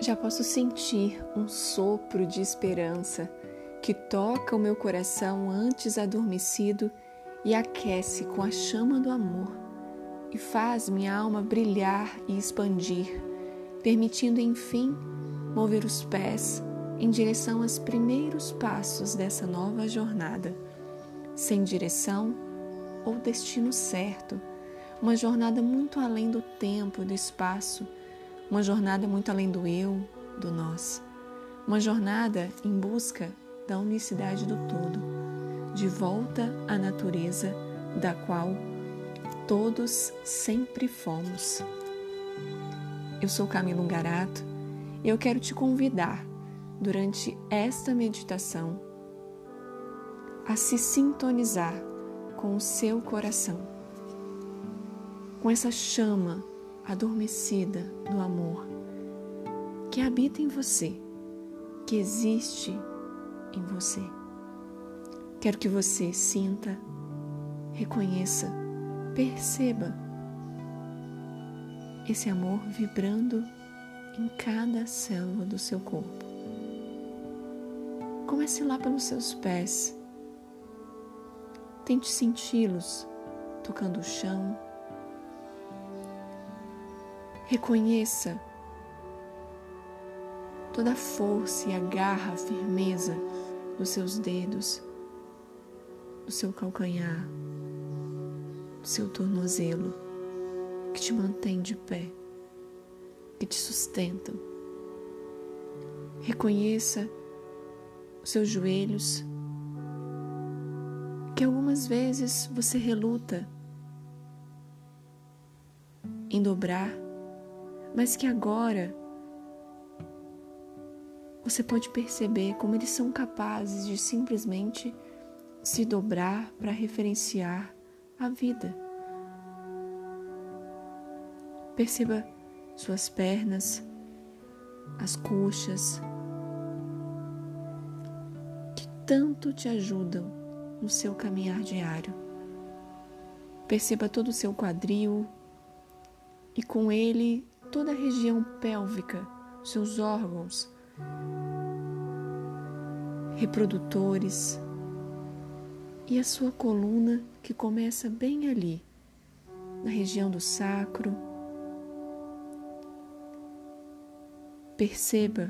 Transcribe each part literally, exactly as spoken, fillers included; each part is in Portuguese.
Já posso sentir um sopro de esperança que toca o meu coração antes adormecido e aquece com a chama do amor e faz minha alma brilhar e expandir, permitindo enfim mover os pés em direção aos primeiros passos dessa nova jornada, sem direção ou destino certo, uma jornada muito além do tempo e do espaço, uma jornada muito além do eu, do nós, uma jornada em busca da unicidade do todo, de volta à natureza da qual todos sempre fomos. Eu sou Camila Ungarato e eu quero te convidar, durante esta meditação, a se sintonizar com o seu coração, com essa chama adormecida do amor que habita em você, que existe em você. Quero que você sinta, reconheça, perceba esse amor vibrando em cada célula do seu corpo. Comece lá pelos seus pés. Tente senti-los tocando o chão. Reconheça toda a força e a garra, a firmeza dos seus dedos, do seu calcanhar, do seu tornozelo, que te mantém de pé, que te sustentam. Reconheça os seus joelhos, que algumas vezes você reluta em dobrar, mas que agora você pode perceber como eles são capazes de simplesmente se dobrar para referenciar a vida. Perceba suas pernas, as coxas, que tanto te ajudam no seu caminhar diário. Perceba todo o seu quadril e com ele toda a região pélvica, seus órgãos reprodutores e a sua coluna que começa bem ali, na região do sacro. Perceba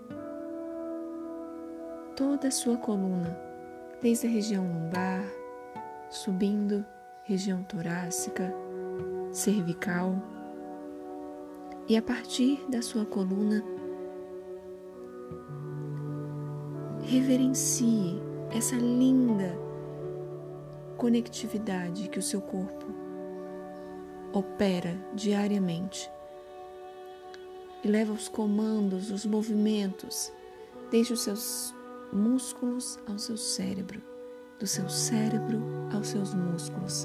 toda a sua coluna, desde a região lombar, subindo, região torácica, cervical, e a partir da sua coluna, reverencie essa linda conectividade que o seu corpo opera diariamente e leva os comandos, os movimentos, desde os seus músculos ao seu cérebro, do seu cérebro aos seus músculos.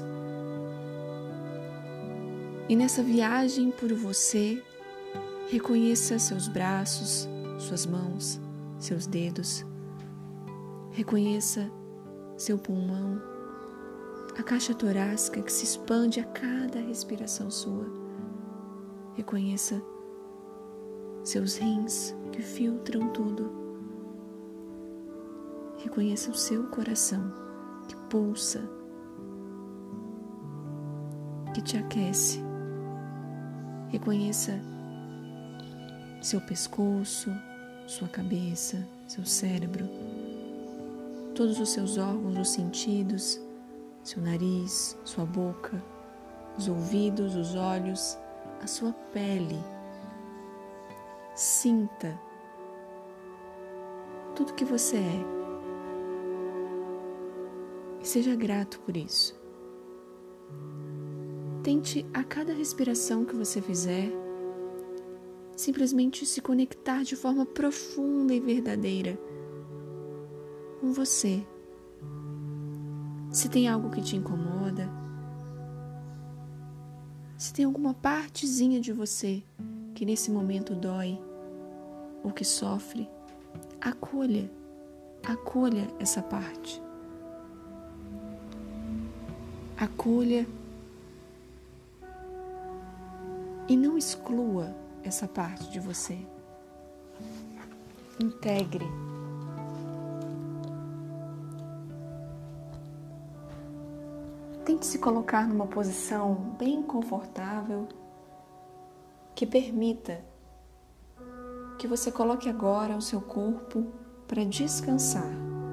E nessa viagem por você, reconheça seus braços, suas mãos, seus dedos. Reconheça seu pulmão, a caixa torácica que se expande a cada respiração sua. Reconheça seus rins que filtram tudo. Reconheça o seu coração que pulsa, que te aquece. Reconheça seu pescoço, sua cabeça, seu cérebro, todos os seus órgãos, os sentidos, seu nariz, sua boca, os ouvidos, os olhos, a sua pele. Sinta tudo que você é e seja grato por isso. Tente a cada respiração que você fizer simplesmente se conectar de forma profunda e verdadeira com você. Se tem algo que te incomoda, se tem alguma partezinha de você que nesse momento dói ou que sofre, acolha, acolha essa parte. Acolha e não exclua essa parte de você. integre. Tente se colocar numa posição bem confortável que permita que você coloque agora o seu corpo para descansar.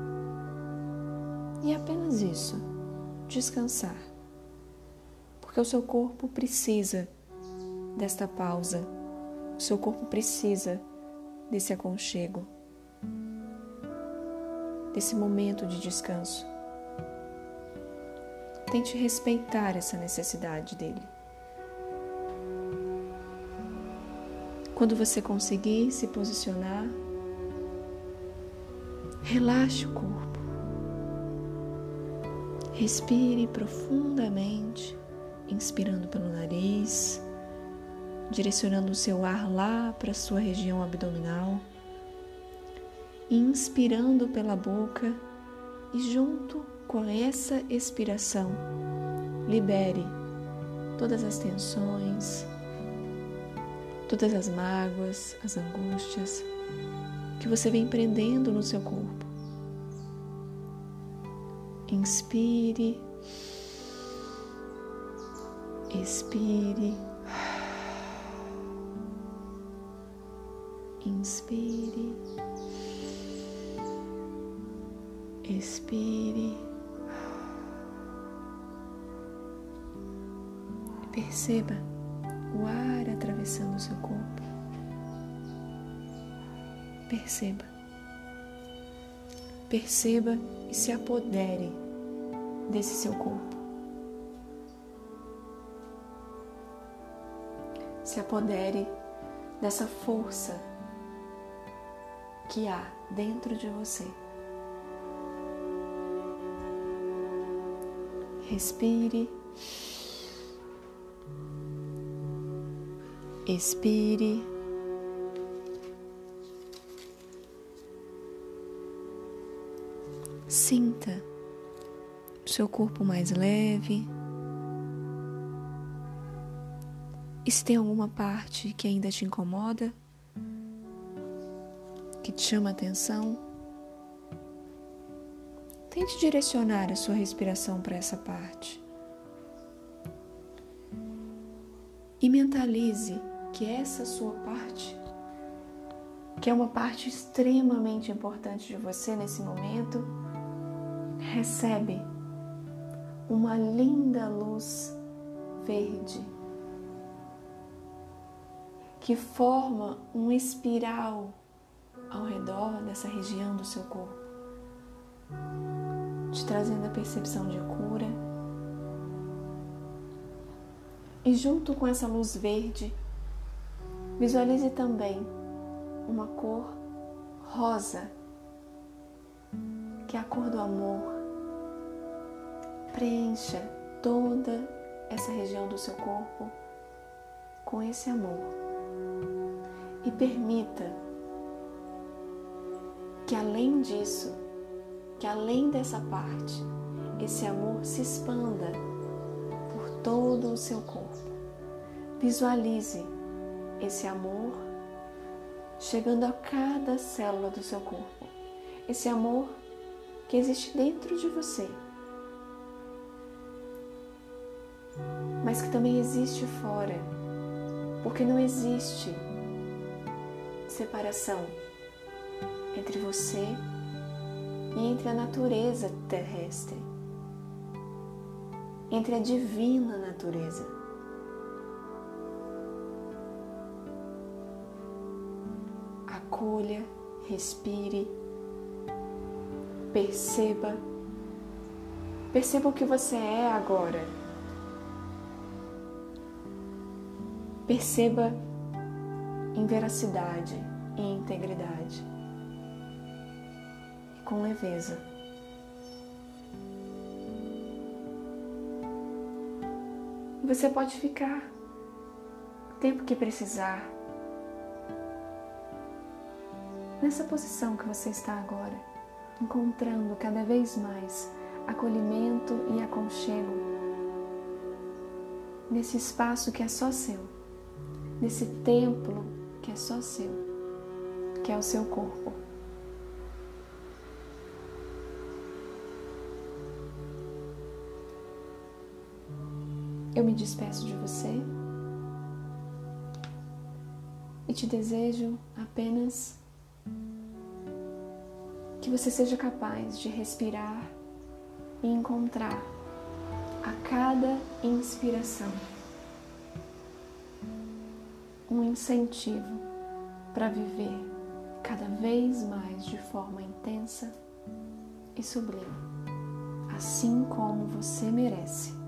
E apenas isso, descansar. Porque o seu corpo precisa desta pausa, o seu corpo precisa desse aconchego, desse momento de descanso. Tente respeitar essa necessidade dele. Quando você conseguir se posicionar, relaxe o corpo. Respire profundamente, inspirando pelo nariz, direcionando o seu ar lá para a sua região abdominal, inspirando pela boca e junto com essa expiração, libere todas as tensões, todas as mágoas, as angústias que você vem prendendo no seu corpo. Inspire, expire, inspire, expire. Perceba o ar atravessando o seu corpo. Perceba. Perceba e se apodere desse seu corpo. Se apodere dessa força que há dentro de você. Respire. Expire. Sinta o seu corpo mais leve. E se tem alguma parte que ainda te incomoda, que te chama a atenção, tente direcionar a sua respiração para essa parte. E mentalize que essa sua parte, que é uma parte extremamente importante de você nesse momento, recebe uma linda luz verde que forma um espiral ao redor dessa região do seu corpo, te trazendo a percepção de cura. E junto com essa luz verde, visualize também uma cor rosa, que é a cor do amor. Preencha toda essa região do seu corpo com esse amor. E permita que além disso, que além dessa parte, esse amor se expanda por todo o seu corpo. Visualize esse amor chegando a cada célula do seu corpo. Esse amor que existe dentro de você, mas que também existe fora, porque não existe separação entre você e entre a natureza terrestre, entre a divina natureza. Acolha, respire, perceba, perceba o que você é agora. Perceba em veracidade e integridade, e com leveza. Você pode ficar o tempo que precisar nessa posição que você está agora, encontrando cada vez mais acolhimento e aconchego nesse espaço que é só seu, nesse templo que é só seu. que é o seu corpo. Eu me despeço de você e te desejo apenas que você seja capaz de respirar e encontrar a cada inspiração um incentivo para viver cada vez mais de forma intensa e sublime, assim como você merece.